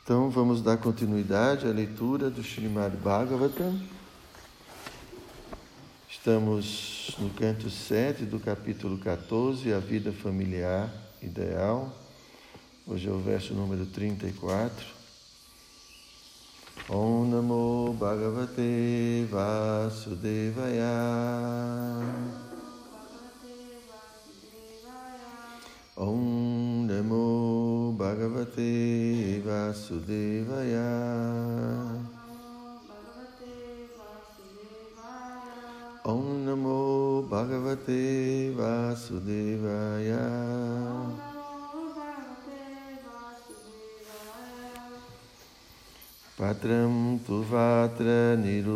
Então, vamos dar continuidade à leitura do Srimad Bhagavatam. Estamos no canto 7 do capítulo 14, a vida familiar ideal. Hoje é o verso número 34. Om Namo Bhagavate Vasudevaya. Om Namo Bhagavate Vasudevaya. Om Namo Bhagavate Vasudevaya. Patram Tuvatra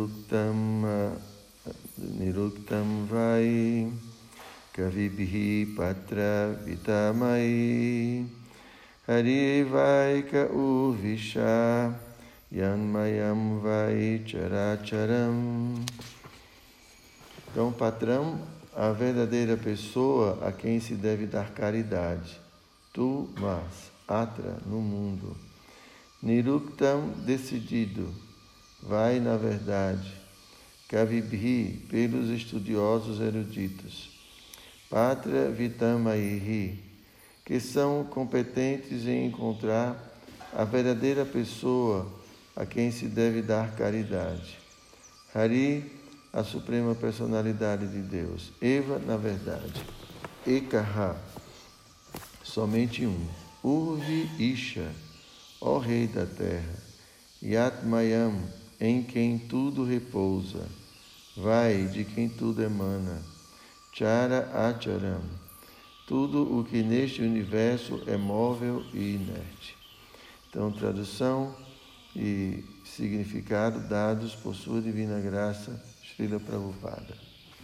Niruktam Vai Kavibhi Patra Vitamai Hari Vaika Uvisha Yanmayam Vai Characharam. Então, patrão, a verdadeira pessoa a quem se deve dar caridade. Tu, mas, atra, no mundo. Niruktam, decidido. Vai, na verdade. Kavibhi, pelos estudiosos eruditos. Patra Vitamaihi, que são competentes em encontrar a verdadeira pessoa a quem se deve dar caridade. Hari, a suprema personalidade de Deus. Eva, na verdade. Ekaha, somente um. Urvi Isha, ó Rei da Terra. Yatmayam, em quem tudo repousa. Vai, de quem tudo emana. Chara Acharam, tudo o que neste universo é móvel e inerte. Então, tradução e significado dados por sua divina graça, Srila Prabhupada.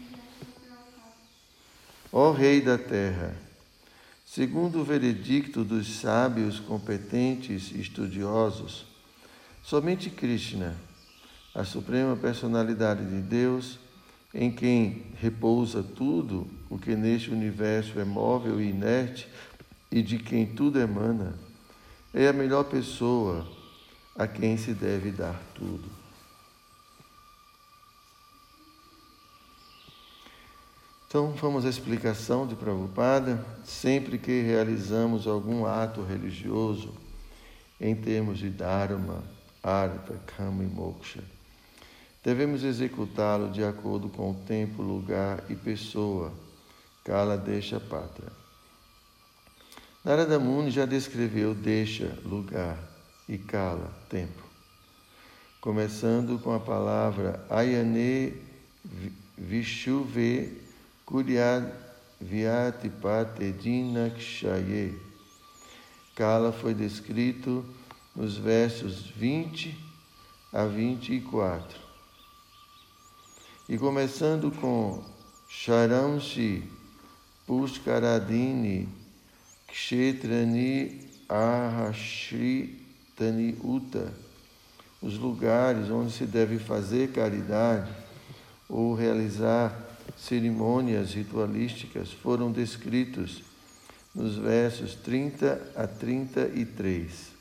Ó Rei da Terra, segundo o veredicto dos sábios, competentes e estudiosos, somente Krishna, a suprema personalidade de Deus, em quem repousa tudo o que neste universo é móvel e inerte e de quem tudo emana, é a melhor pessoa a quem se deve dar tudo. Então, vamos à explicação de Prabhupada. Sempre que realizamos algum ato religioso, em termos de Dharma, Artha, Kama e Moksha, devemos executá-lo de acordo com o tempo, lugar e pessoa, Kala Desha Patra. Narada Muni já descreveu Desha, lugar, e Kala, tempo, começando com a palavra Ayane Vishuve Kuryad Vyatipate Dinakshaye. Kala foi descrito nos versos 20 a 24. E começando com Sharamshi Pushkaradini Kshetrani Ahashritani Uta, os lugares onde se deve fazer caridade ou realizar cerimônias ritualísticas foram descritos nos versos 30 a 33.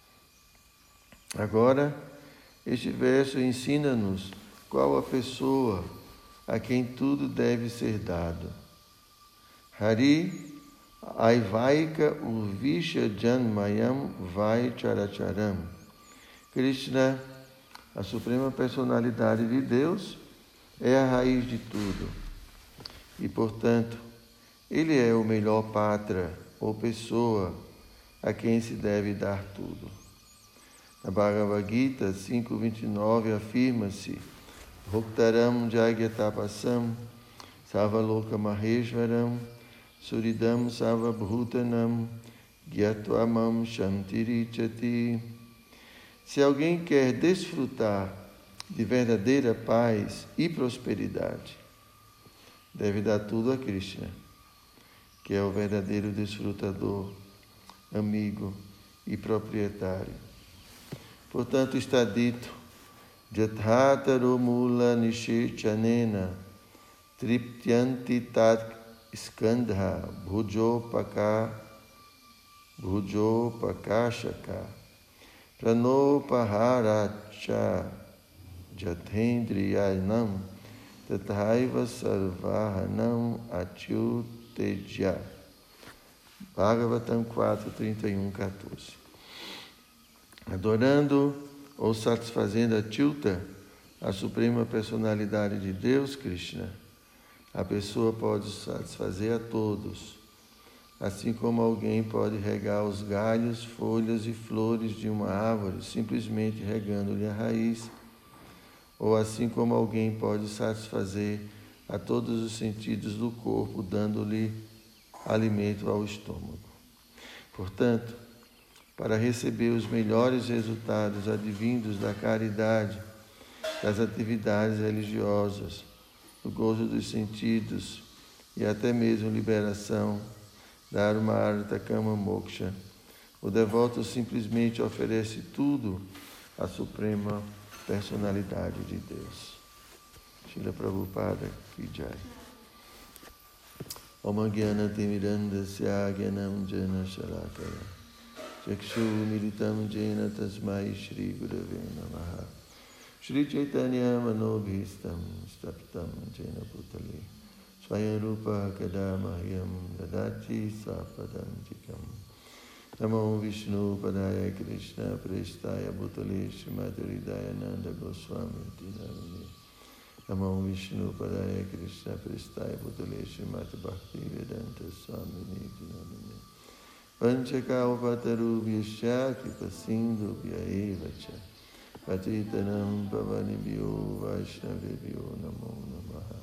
Agora, este verso ensina-nos qual a pessoa a quem tudo deve ser dado. Hari Aivaika Urvisha Janmayam Vai Characharam. Krishna, a suprema personalidade de Deus, é a raiz de tudo. E, portanto, ele é o melhor patra ou pessoa a quem se deve dar tudo. Na Bhagavad Gita 5.29 afirma-se Bhoktaram Jagyatapasam Savaloka Maheshwaram Suridam Savabhutanam Gyatwamam Shantirichati. Se alguém quer desfrutar de verdadeira paz e prosperidade, deve dar tudo a Krishna, que é o verdadeiro desfrutador, amigo e proprietário. Portanto, está dito Jathataro Mula Nishechanena Triptyanti Tat Skandha Bhujopakashaka. Pranopaharacha Jathendriyanam Tathaiva Sarvahanam Achyuteja. Bhagavatam 4, 31, 14. Adorando ou satisfazendo a Achyuta, a suprema personalidade de Deus, Krishna, a pessoa pode satisfazer a todos, assim como alguém pode regar os galhos, folhas e flores de uma árvore, simplesmente regando-lhe a raiz, ou assim como alguém pode satisfazer a todos os sentidos do corpo, dando-lhe alimento ao estômago. Portanto, para receber os melhores resultados advindos da caridade, das atividades religiosas, do gozo dos sentidos e até mesmo liberação, Dharma, Artha, Kama, Moksha, o devoto simplesmente oferece tudo à suprema personalidade de Deus. Srila Prabhupada Ki Jai. Om Jnana-timirandasya Jnanam Jana Shalakaya Chakshu Militam Jena Tasmai Shri Gurave Namaha Shri Chaitanya Manobhistam Staptam Jena Bhutale Swayam Rupa Kadamahyam Dadati Sapadantikam Namo Vishnu Padaya Krishna Prestaya Bhutale Srimati Hridayananda Goswami Dinamine Namo Vishnu Padaya Krishna Prestaya Bhutale Srimati Bhakti Vedanta Swami Dinamine Panchakalpatarubhyascha Kripasindhubhya evacha Patitanam Pavanibhyo Vaishnavibhyo Namo Namaha.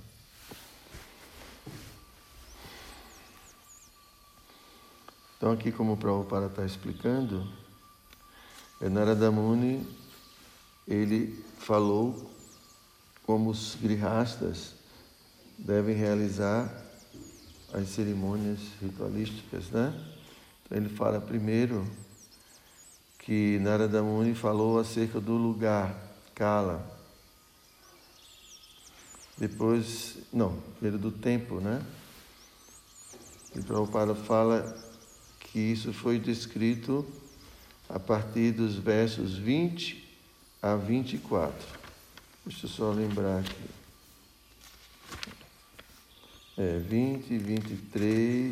Então aqui, como o Prabhupada está explicando, Narada Muni, ele falou como os grihastas devem realizar as cerimônias ritualísticas, né? Então ele fala primeiro que Narada Muni falou acerca do lugar, Kala. Depois, primeiro do tempo, né? E Prabhupada fala que isso foi descrito a partir dos versos 20 a 24. Deixa eu só lembrar aqui. 20 e 23.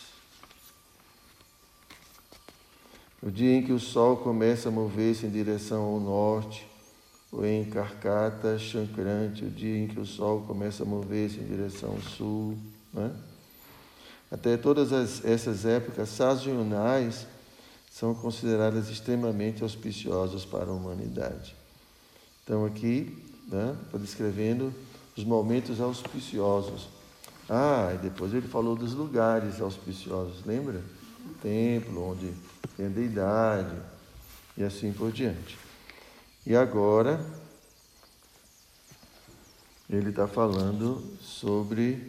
O dia em que o sol começa a mover-se em direção ao norte, ou em Karkata Shankranti, o dia em que o sol começa a mover-se em direção ao sul, né? Até todas essas épocas sazonais são consideradas extremamente auspiciosas para a humanidade. Então aqui, né, está descrevendo os momentos auspiciosos. E depois ele falou dos lugares auspiciosos, lembra? O templo, onde tem a deidade, e assim por diante. E agora, ele está falando sobre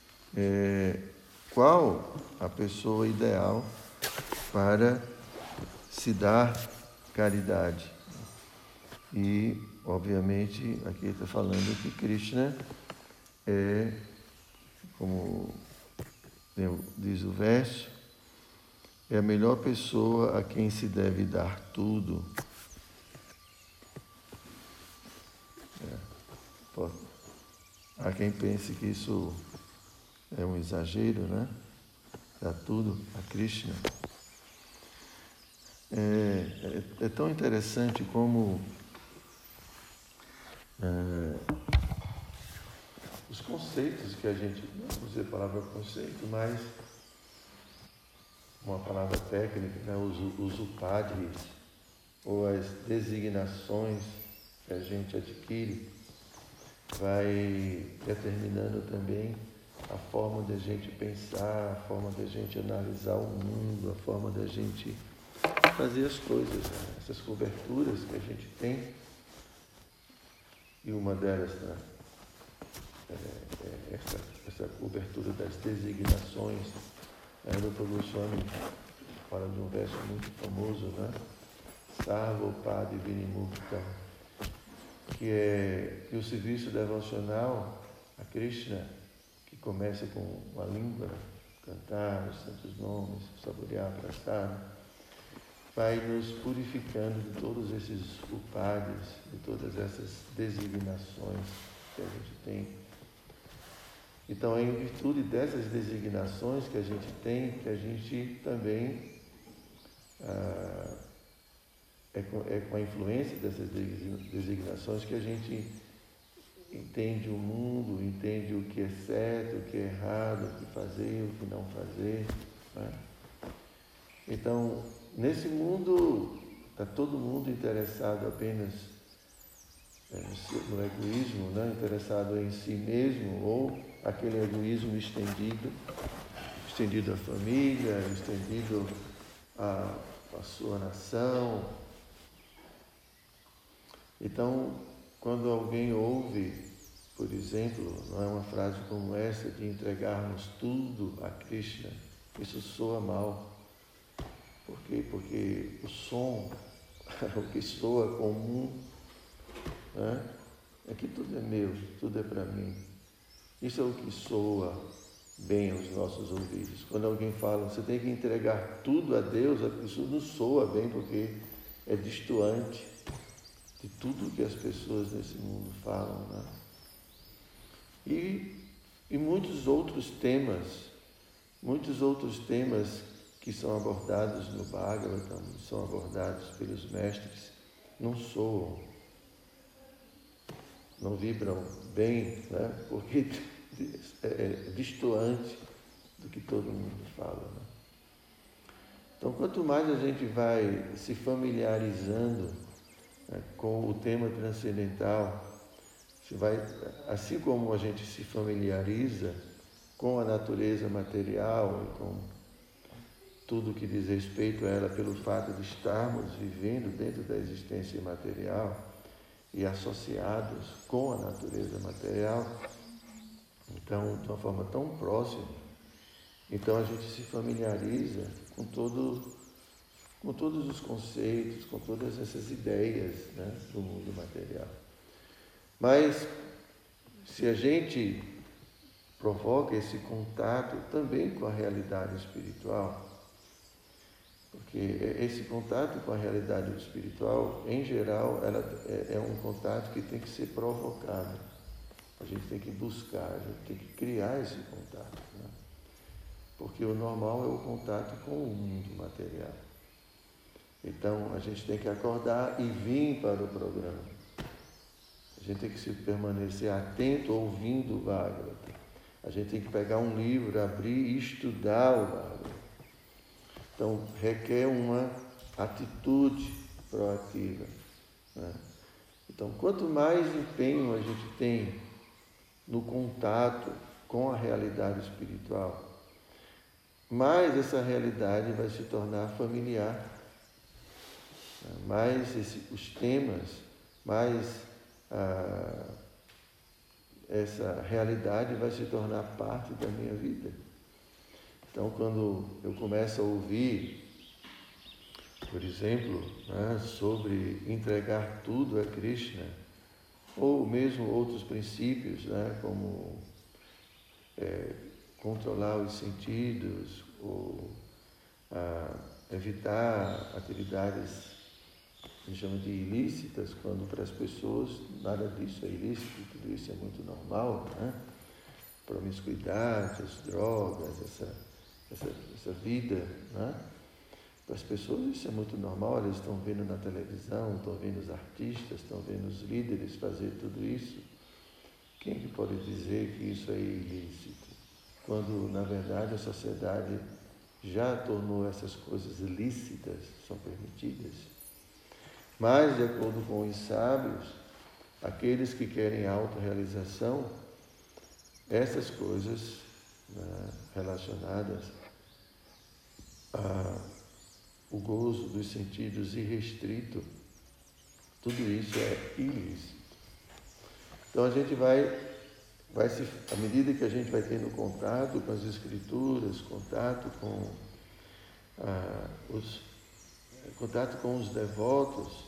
qual a pessoa ideal para se dar caridade. E, obviamente, aqui está falando que Krishna é, como diz o verso, é a melhor pessoa a quem se deve dar tudo. Há quem pense que isso é um exagero, né? Dar tudo a Krishna. É tão interessante como os conceitos que a gente, não vou dizer a palavra conceito, mas uma palavra técnica, né? Os upadhis, ou as designações que a gente adquire, vai determinando também a forma de a gente pensar, a forma de a gente analisar o mundo, a forma de a gente fazer as coisas, né? Essas coberturas que a gente tem, e uma delas, né, essa cobertura das designações. Rupa Goswami fala de um verso muito famoso, né? Sarva Upadi Vinimukta, que o serviço devocional a Krishna, que começa com a língua, cantar os santos nomes, saborear, prestar, vai nos purificando de todos esses upadis, de todas essas designações que a gente tem. Então, é em virtude dessas designações que a gente tem, que a gente também, é com a influência dessas designações que a gente entende o mundo, entende o que é certo, o que é errado, o que fazer, o que não fazer, né? Então, nesse mundo, está todo mundo interessado apenas no egoísmo, né? Interessado em si mesmo, ou aquele egoísmo estendido à família, estendido à sua nação. Então, quando alguém ouve, por exemplo, não é uma frase como essa de entregarmos tudo a Krishna, isso soa mal. Por quê? Porque o som, o que soa comum, né? É que tudo é meu, tudo é para mim. Isso é o que soa bem aos nossos ouvidos. Quando alguém fala, você tem que entregar tudo a Deus, isso não soa bem porque é destoante de tudo que as pessoas nesse mundo falam, né? E muitos outros temas que são abordados no Bhagavatam, são abordados pelos mestres, não soam, não vibram bem, né? Porque é destoante do que todo mundo fala, né? Então, quanto mais a gente vai se familiarizando, né, com o tema transcendental, assim como a gente se familiariza com a natureza material e com tudo que diz respeito a ela pelo fato de estarmos vivendo dentro da existência material e associados com a natureza material, então, de uma forma tão próxima, então a gente se familiariza com todos os conceitos, com todas essas ideias, né, do mundo material. Mas, se a gente provoca esse contato também com a realidade espiritual, porque esse contato com a realidade espiritual, em geral, ela é um contato que tem que ser provocado. A gente tem que buscar, a gente tem que criar esse contato, né? Porque o normal é o contato com o mundo material. Então, a gente tem que acordar e vir para o programa. A gente tem que se permanecer atento, ouvindo o Bhagavata. A gente tem que pegar um livro, abrir e estudar o Bhagavata. Então, requer uma atitude proativa, né? Então, quanto mais empenho a gente tem no contato com a realidade espiritual, mais essa realidade vai se tornar familiar, né? Mais os temas, mais essa realidade vai se tornar parte da minha vida. Então, quando eu começo a ouvir, por exemplo, né, sobre entregar tudo a Krishna, ou mesmo outros princípios, né, como controlar os sentidos, ou evitar atividades que a gente chama de ilícitas, quando para as pessoas nada disso é ilícito, tudo isso é muito normal, né? Promiscuidade, as drogas, essa vida, né? Para as pessoas isso é muito normal, eles estão vendo na televisão, estão vendo os artistas, estão vendo os líderes fazer tudo isso. Quem que pode dizer que isso é ilícito? Quando, na verdade, a sociedade já tornou essas coisas lícitas, são permitidas. Mas, de acordo com os sábios, aqueles que querem autorrealização, essas coisas, né, relacionadas ao gozo dos sentidos irrestrito, tudo isso é ilícito. Então a gente vai se, à medida que a gente vai tendo contato com as escrituras, contato com os devotos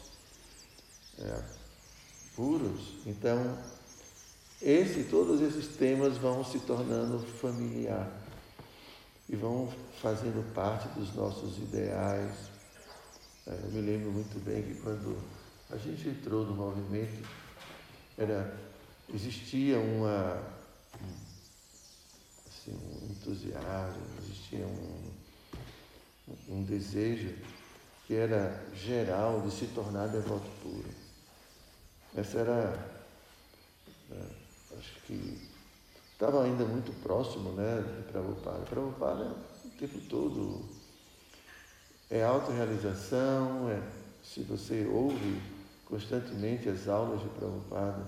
puros, então todos esses temas vão se tornando familiar e vão fazendo parte dos nossos ideais, Eu me lembro muito bem que quando a gente entrou no movimento, existia um entusiasmo, existia um desejo que era geral de se tornar devoto puro. Essa era, acho que estava ainda muito próximo, né, de Prabhupada. Prabhupada o tempo todo é autorrealização, se você ouve constantemente as aulas de Prabhupada.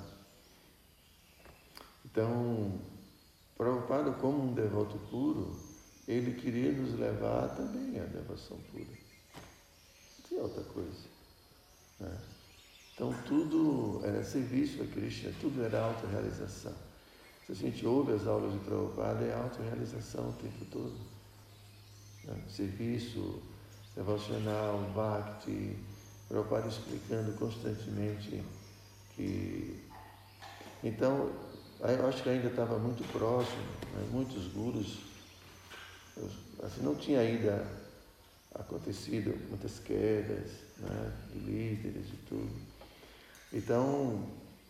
Então, Prabhupada, como um devoto puro, ele queria nos levar também à devoção pura. Não tinha outra coisa, né? Então, tudo era serviço a Krishna, tudo era autorrealização. Se a gente ouve as aulas de Prabhupada, é autorrealização o tempo todo, né? Serviço devocional, bhakti, Prabhupada explicando constantemente que... Então, eu acho que ainda estava muito próximo, né? Muitos gurus, assim, não tinha ainda acontecido muitas quedas, né, de líderes e tudo. Então,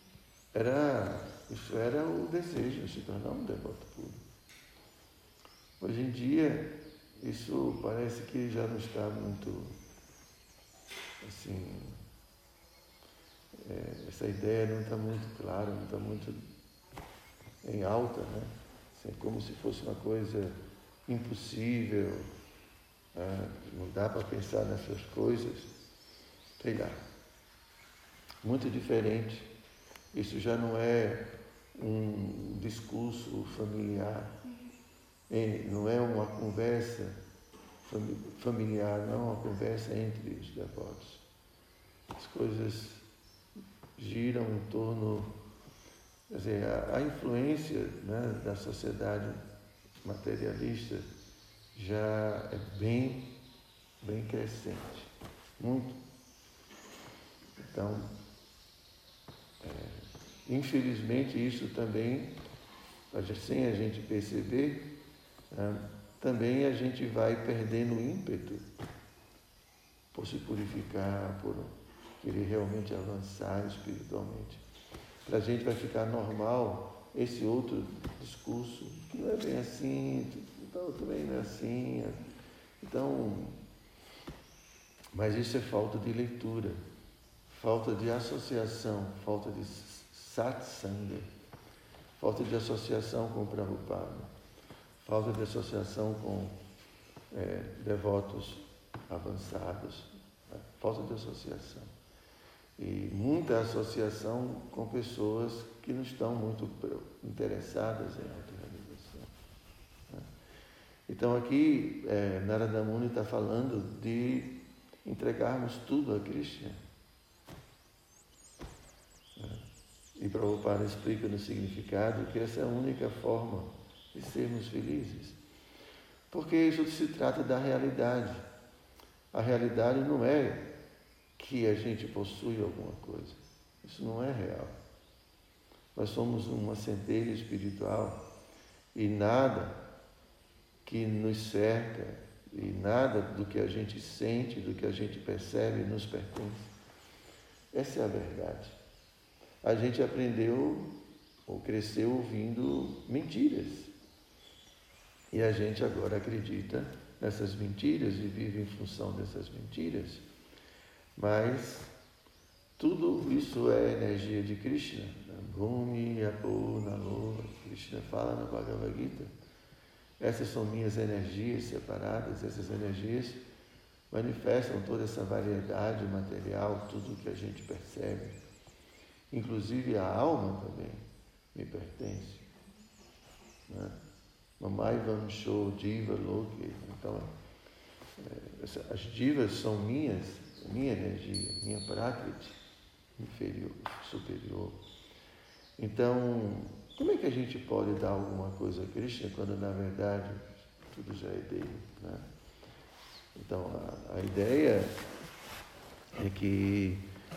isso era o desejo de se tornar um devoto puro. Hoje em dia, isso parece que já não está muito, assim, essa ideia não está muito clara, não está muito em alta, né? Assim, como se fosse uma coisa impossível, não dá para pensar nessas coisas, sei lá, muito diferente. Isso já não é um discurso familiar, não é uma conversa familiar, não é uma conversa entre os devotos. As coisas giram em torno, quer dizer, a influência, né, da sociedade materialista já é bem crescente, muito. Então, infelizmente, isso também, sem a gente perceber, também a gente vai perdendo o ímpeto por se purificar, por querer realmente avançar espiritualmente. Para a gente vai ficar normal esse outro discurso, que não é bem assim, então também não é assim. Então, mas isso é falta de leitura, falta de associação, falta de satsanga, falta de associação com o Prabhupada, falta de associação com devotos avançados, né? Falta de associação. E muita associação com pessoas que não estão muito interessadas em autorrealização, né? Então aqui Narada Muni está falando de entregarmos tudo a Krishna. E Prabhupada explica no significado que essa é a única forma de sermos felizes. Porque isso se trata da realidade. A realidade não é que a gente possui alguma coisa. Isso não é real. Nós somos uma centelha espiritual e nada que nos cerca e nada do que a gente sente, do que a gente percebe nos pertence. Essa é a verdade. A gente aprendeu ou cresceu ouvindo mentiras. E a gente agora acredita nessas mentiras e vive em função dessas mentiras. Mas tudo isso é energia de Krishna. Bhumi, Apo, Nalo, Krishna fala na Bhagavad Gita. Essas são minhas energias separadas, essas energias manifestam toda essa variedade material, tudo que a gente percebe. Inclusive a alma também me pertence, né? Mamai Vamsho Diva Loki. Então, as divas são minha energia, minha prakriti inferior, superior. Então, como é que a gente pode dar alguma coisa a Krishna quando, na verdade, tudo já é dele, né? Então, a ideia é que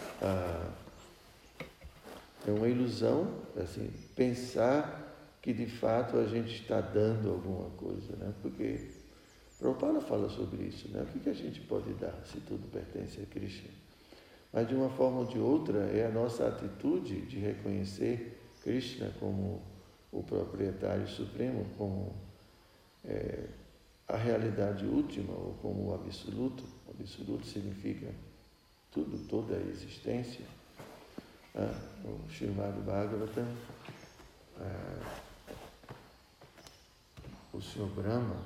é uma ilusão, assim, pensar que, de fato, a gente está dando alguma coisa, né? Porque Prabhupada fala sobre isso, né? O que a gente pode dar se tudo pertence a Krishna? Mas de uma forma ou de outra é a nossa atitude de reconhecer Krishna como o proprietário supremo, como a realidade última ou como o absoluto. O absoluto significa tudo, toda a existência. O Srimad Bhagavatam, o Senhor Brahma,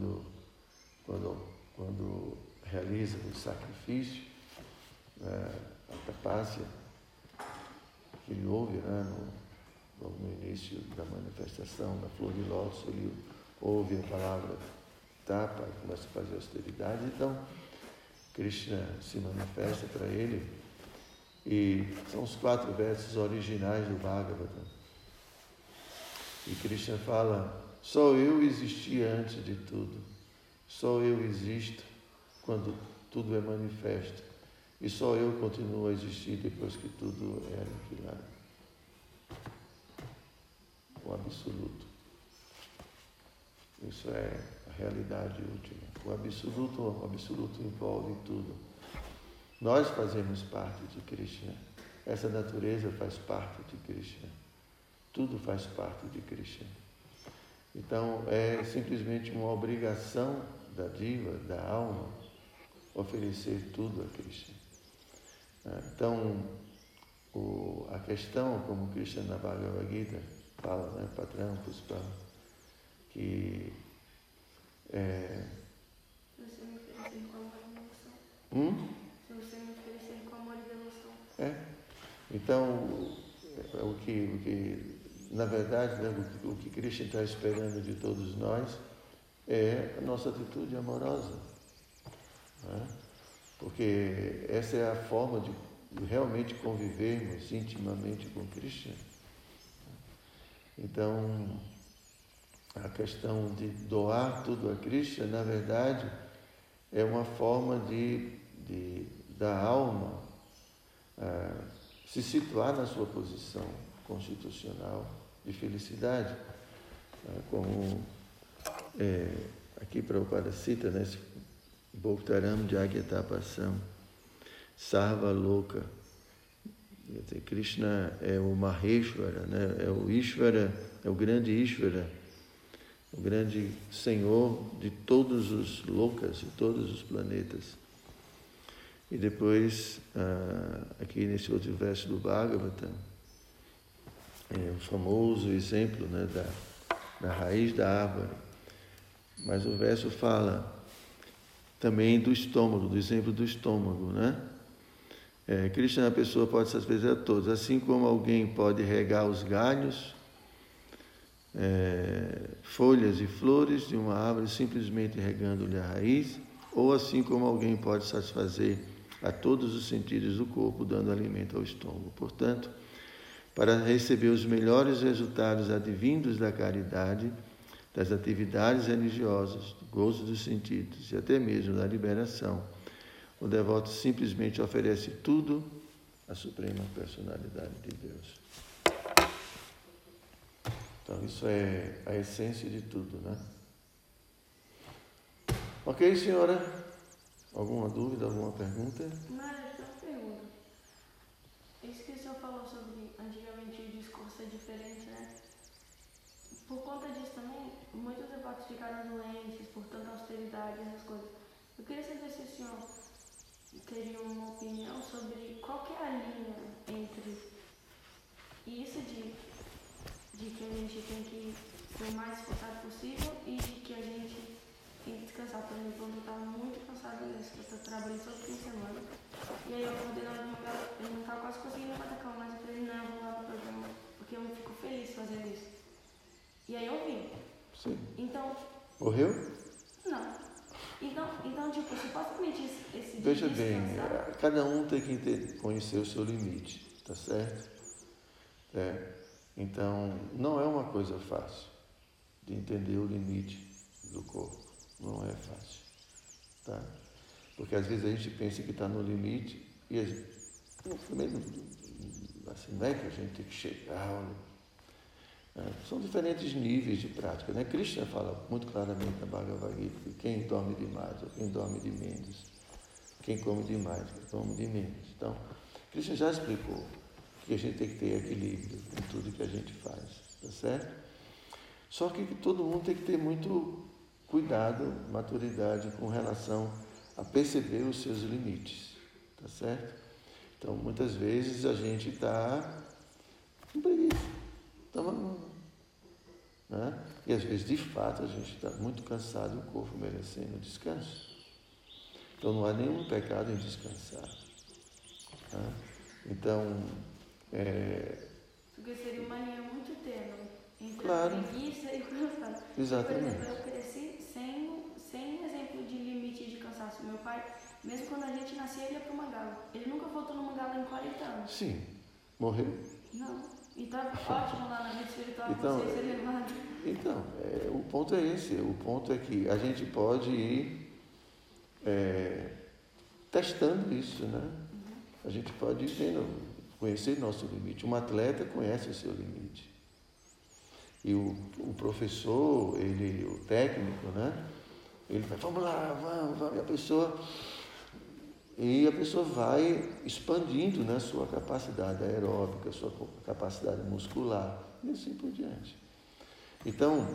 quando realiza o sacrifício, a tapasya, que ele ouve logo no início da manifestação da flor de lótus, ele ouve a palavra tapa e começa a fazer austeridade. Então, Krishna se manifesta para ele, e são os 4 versos originais do Bhagavatam. E Krishna fala: só eu existi antes de tudo, só eu existo quando tudo é manifesto, e só eu continuo a existir depois que tudo é aniquilado. O absoluto. Isso é a realidade última. O absoluto envolve tudo. Nós fazemos parte de Krishna. Essa natureza faz parte de Krishna. Tudo faz parte de Krishna. Então, é simplesmente uma obrigação da diva, da alma, oferecer tudo a Krishna. Então, a questão, como Krishna na Bhagavad Gita fala, né, Patram Puspam, que você me oferecer com amor e devoção. Se você me oferecer com amor e devoção. Então, na verdade, né, o que Krishna está esperando de todos nós é a nossa atitude amorosa. Né? Porque essa é a forma de realmente convivermos intimamente com Krishna. Então, a questão de doar tudo a Krishna, na verdade, é uma forma da alma se situar na sua posição constitucional de felicidade. Como aqui Prabhupada cita, né, Bhoktaram Jagyatapasam Sarva Loka. Krishna é o Maheshwara, né? É o Ishvara, é o grande Ishvara, o grande Senhor de todos os lokas, de todos os planetas. E depois, aqui nesse outro verso do Bhagavatam, o famoso exemplo, né, da raiz da árvore. Mas o verso fala também do estômago, do exemplo do estômago, né? Krishna, a pessoa pode satisfazer a todos, assim como alguém pode regar os galhos, folhas e flores de uma árvore simplesmente regando-lhe a raiz, ou assim como alguém pode satisfazer a todos os sentidos do corpo, dando alimento ao estômago. Portanto, para receber os melhores resultados advindos da caridade, das atividades religiosas, do gozo dos sentidos e até mesmo da liberação, o devoto simplesmente oferece tudo à Suprema Personalidade de Deus. Então, isso é a essência de tudo, né? Ok, senhora? Alguma dúvida, alguma pergunta? Não, eu tenho uma pergunta. Isso que o senhor falou sobre antigamente o discurso é diferente, né? Por conta disso também, muitos devotos ficaram doentes por tanta austeridade e essas coisas. Eu queria saber se o senhor teria uma opinião sobre qual que é a linha entre isso de que a gente tem que ser o mais esforçado possível e de que a gente tem que descansar. Por exemplo, quando eu estava muito cansada nisso, que eu trabalhei todo fim de semana. E aí eu acordei na madrugada, eu não estava quase conseguindo levantar da cama, mas eu falei, não, eu vou lá no programa, porque eu fico feliz fazendo isso. E aí eu vim. Sim. Então... Morreu? Não. Então, tipo, supostamente esse Veja bem, cada um tem que conhecer o seu limite, tá certo? Então, não é uma coisa fácil de entender o limite do corpo. Não é fácil, tá? Porque às vezes a gente pensa que está no limite e a gente, também assim, não é que a gente tem que chegar, olha, São diferentes níveis de prática, né? Krishna fala muito claramente na Bhagavad Gita que quem dorme demais ou quem dorme de menos, quem come demais, quem come de menos. Então, Krishna já explicou que a gente tem que ter equilíbrio em tudo que a gente faz, tá certo? Só que todo mundo tem que ter muito cuidado, maturidade com relação a perceber os seus limites, tá certo? Então, muitas vezes a gente está com preguiça, né? E às vezes, de fato, a gente está muito cansado e o corpo merecendo descanso. Então, não há nenhum pecado em descansar. Né? Então, Porque seria uma linha muito tênue entre claro, a preguiça e o cansaço. Exatamente. Por exemplo, eu cresci sem exemplo de limite de cansaço. Meu pai, mesmo quando a gente nascia, ele ia para o Mangala. Ele nunca voltou no Mangala em 40 anos. Sim. Morreu? Não. E estava ótimo lá na vida espiritual, Então, consciência elevada. Então, o ponto é esse. O ponto é que a gente pode ir testando isso, né? A gente pode ir vendo, conhecer nosso limite. Um atleta conhece o seu limite. E o professor, o técnico, né? Ele vai, vamos lá, vamos. E a pessoa vai expandindo, né, sua capacidade aeróbica, sua capacidade muscular, e assim por diante. Então,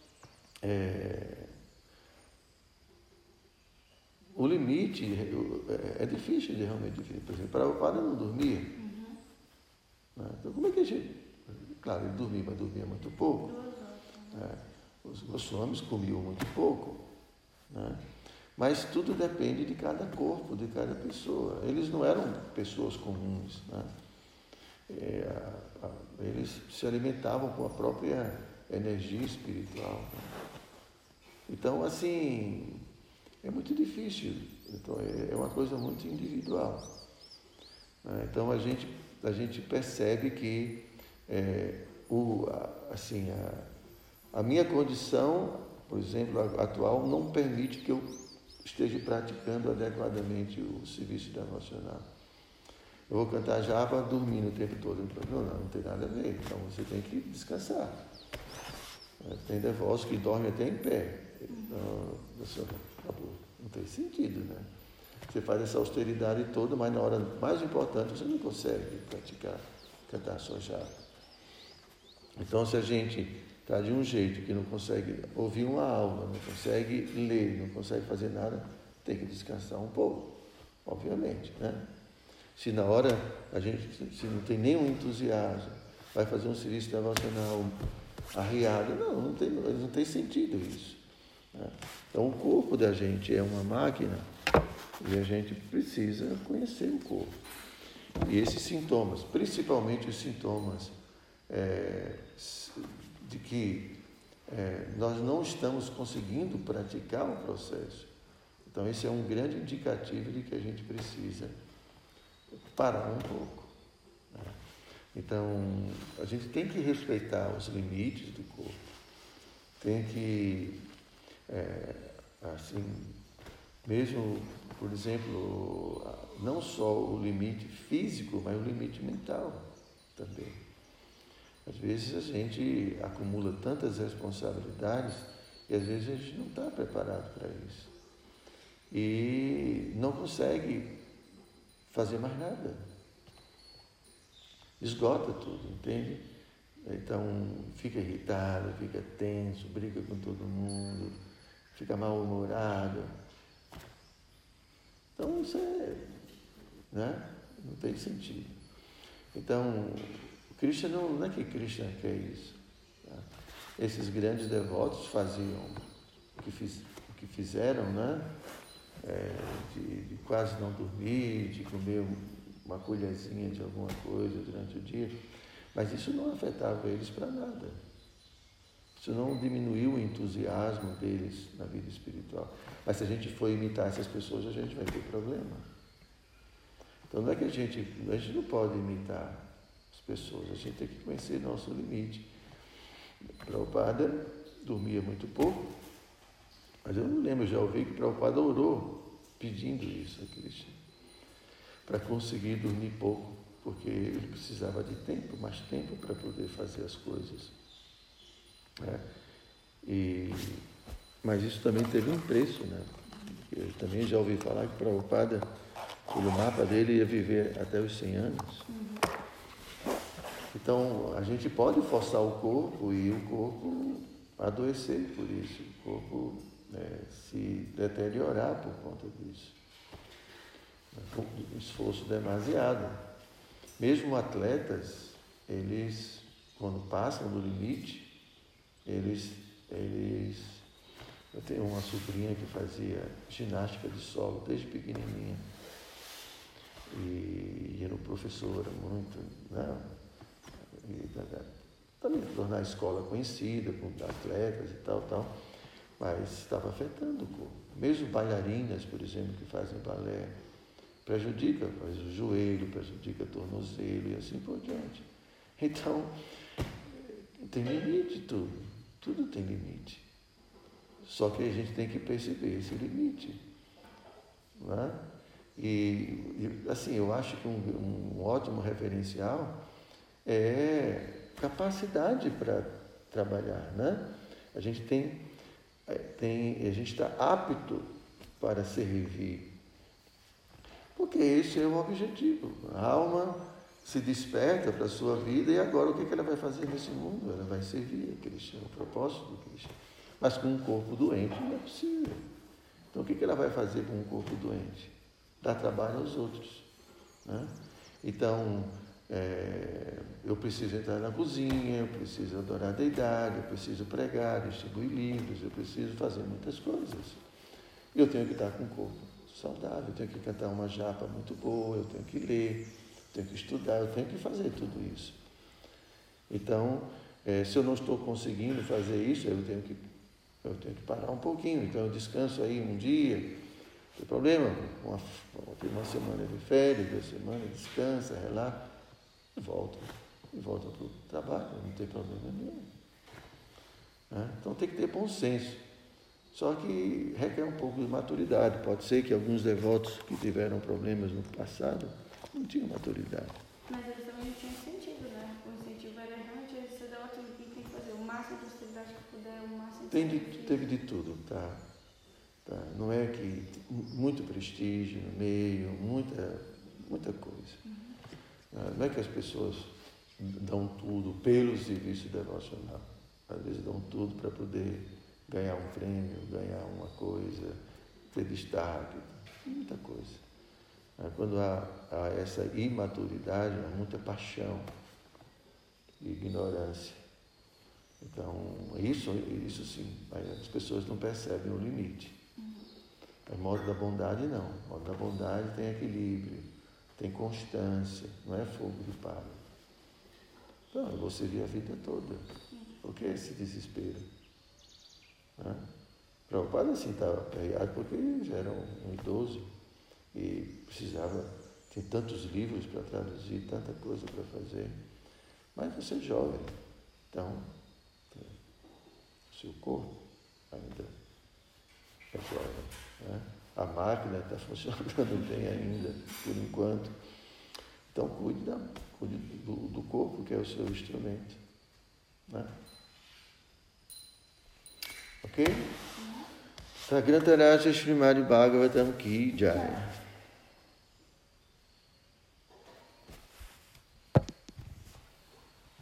o limite é difícil de realmente definir. Por exemplo, Prabhupada não dormia. Né? Então, como é que a gente... Claro, ele dormia, mas dormia muito pouco. Os Goswamis comiam muito pouco. Né? Mas tudo depende de cada corpo, de cada pessoa. Eles não eram pessoas comuns. Né? Eles se alimentavam com a própria energia espiritual. Né? Então, assim, é muito difícil. Então, é uma coisa muito individual. Né? Então, a gente percebe que a minha condição, por exemplo, atual, não permite que eu esteja praticando adequadamente o serviço devocional. Eu vou cantar japa dormindo o tempo todo. Não tem nada a ver. Então você tem que descansar. Tem devotos que dormem até em pé. Não tem sentido, né? Você faz essa austeridade toda, mas na hora mais importante você não consegue praticar, cantar sua japa. Então, se a gente está de um jeito que não consegue ouvir uma aula, não consegue ler, não consegue fazer nada, tem que descansar um pouco, obviamente, né? Se na hora se não tem nenhum entusiasmo, vai fazer um serviço devocional arriado, não tem sentido isso. Né? Então, o corpo da gente é uma máquina e a gente precisa conhecer o corpo. E esses sintomas, principalmente os sintomas de que nós não estamos conseguindo praticar o processo. Então, esse é um grande indicativo de que a gente precisa parar um pouco. Né? Então, a gente tem que respeitar os limites do corpo. Tem que, mesmo, por exemplo, não só o limite físico, mas o limite mental também. Às vezes a gente acumula tantas responsabilidades e às vezes a gente não está preparado para isso. E não consegue fazer mais nada. Esgota tudo, entende? Então fica irritado, fica tenso, briga com todo mundo, fica mal-humorado. Então isso né? Não tem sentido. Então, Krishna não é que Krishna quer isso. Tá? Esses grandes devotos faziam o que fizeram, né? De quase não dormir, de comer uma colherzinha de alguma coisa durante o dia, mas isso não afetava eles para nada. Isso não diminuiu o entusiasmo deles na vida espiritual. Mas se a gente for imitar essas pessoas, a gente vai ter problema. Então não é que a gente não pode imitar as pessoas, a gente tem que conhecer nosso limite. Prabhupada dormia muito pouco, mas eu não lembro, já ouvi que Prabhupada orou pedindo isso a Krishna, para conseguir dormir pouco, porque ele precisava de tempo, mais tempo para poder fazer as coisas né? Mas isso também teve um preço, né? Eu também já ouvi falar que Prabhupada, pelo mapa dele, ia viver até os 100 anos. Então, a gente pode forçar o corpo e o corpo adoecer por isso, o corpo se deteriorar por conta disso. Um esforço demasiado. Mesmo atletas, eles, quando passam do limite, eu tenho uma sobrinha que fazia ginástica de solo desde pequenininha. E era um professor muito, né? Também tornar a escola conhecida, com atletas e tal, mas estava afetando o corpo. Mesmo bailarinas, por exemplo, que fazem balé, prejudica o joelho, prejudica o tornozelo e assim por diante. Então, tem limite tudo tem limite. Só que a gente tem que perceber esse limite. Não é? E assim, eu acho que um ótimo referencial é capacidade para trabalhar, né? A gente a gente está apto para servir, porque esse é o objetivo. A alma se desperta para a sua vida e agora o que ela vai fazer nesse mundo? Ela vai servir a Krishna, o propósito do Krishna. Mas com um corpo doente não é possível. Então o que ela vai fazer com um corpo doente? Dar trabalho aos outros, né? Então, eu preciso entrar na cozinha, eu preciso adorar a deidade, eu preciso pregar, distribuir livros, eu preciso fazer muitas coisas. Eu tenho que estar com o corpo saudável, eu tenho que cantar uma japa muito boa, eu tenho que ler, eu tenho que estudar, eu tenho que fazer tudo isso. Então, se eu não estou conseguindo fazer isso, eu tenho que parar um pouquinho. Então, eu descanso aí um dia, não tem problema, uma semana de férias, 2 semanas, descansa, relaxa, e volta para o trabalho, não tem problema nenhum. Então tem que ter bom senso. Só que requer um pouco de maturidade. Pode ser que alguns devotos que tiveram problemas no passado não tinham maturidade. Mas eles também não tinham incentivo, né? O incentivo era realmente esse devoto que tem que fazer o máximo de austeridade que puder, o máximo de Teve de tudo, tá? Não é que muito prestígio no meio, muita coisa. Não é que as pessoas dão tudo pelo serviço devocional. Às vezes dão tudo para poder ganhar um prêmio, ganhar uma coisa, ter destaque, muita coisa. Quando há essa imaturidade, há muita paixão e ignorância. Então, isso sim, as pessoas não percebem o limite. Em modo da bondade, não. Em modo da bondade tem equilíbrio, tem constância, não é fogo de palha. Então, eu vou servir a vida toda. Por que esse desespero? Prabhupada assim estava aperreado porque já era um idoso e tinha tantos livros para traduzir, tanta coisa para fazer. Mas você é jovem, então o seu corpo ainda é jovem, né? A máquina está funcionando bem ainda, por enquanto. Então cuide do corpo, que é o seu instrumento, né? Ok? Sagrantaraja Srimad Bhagavatam Ki Jai.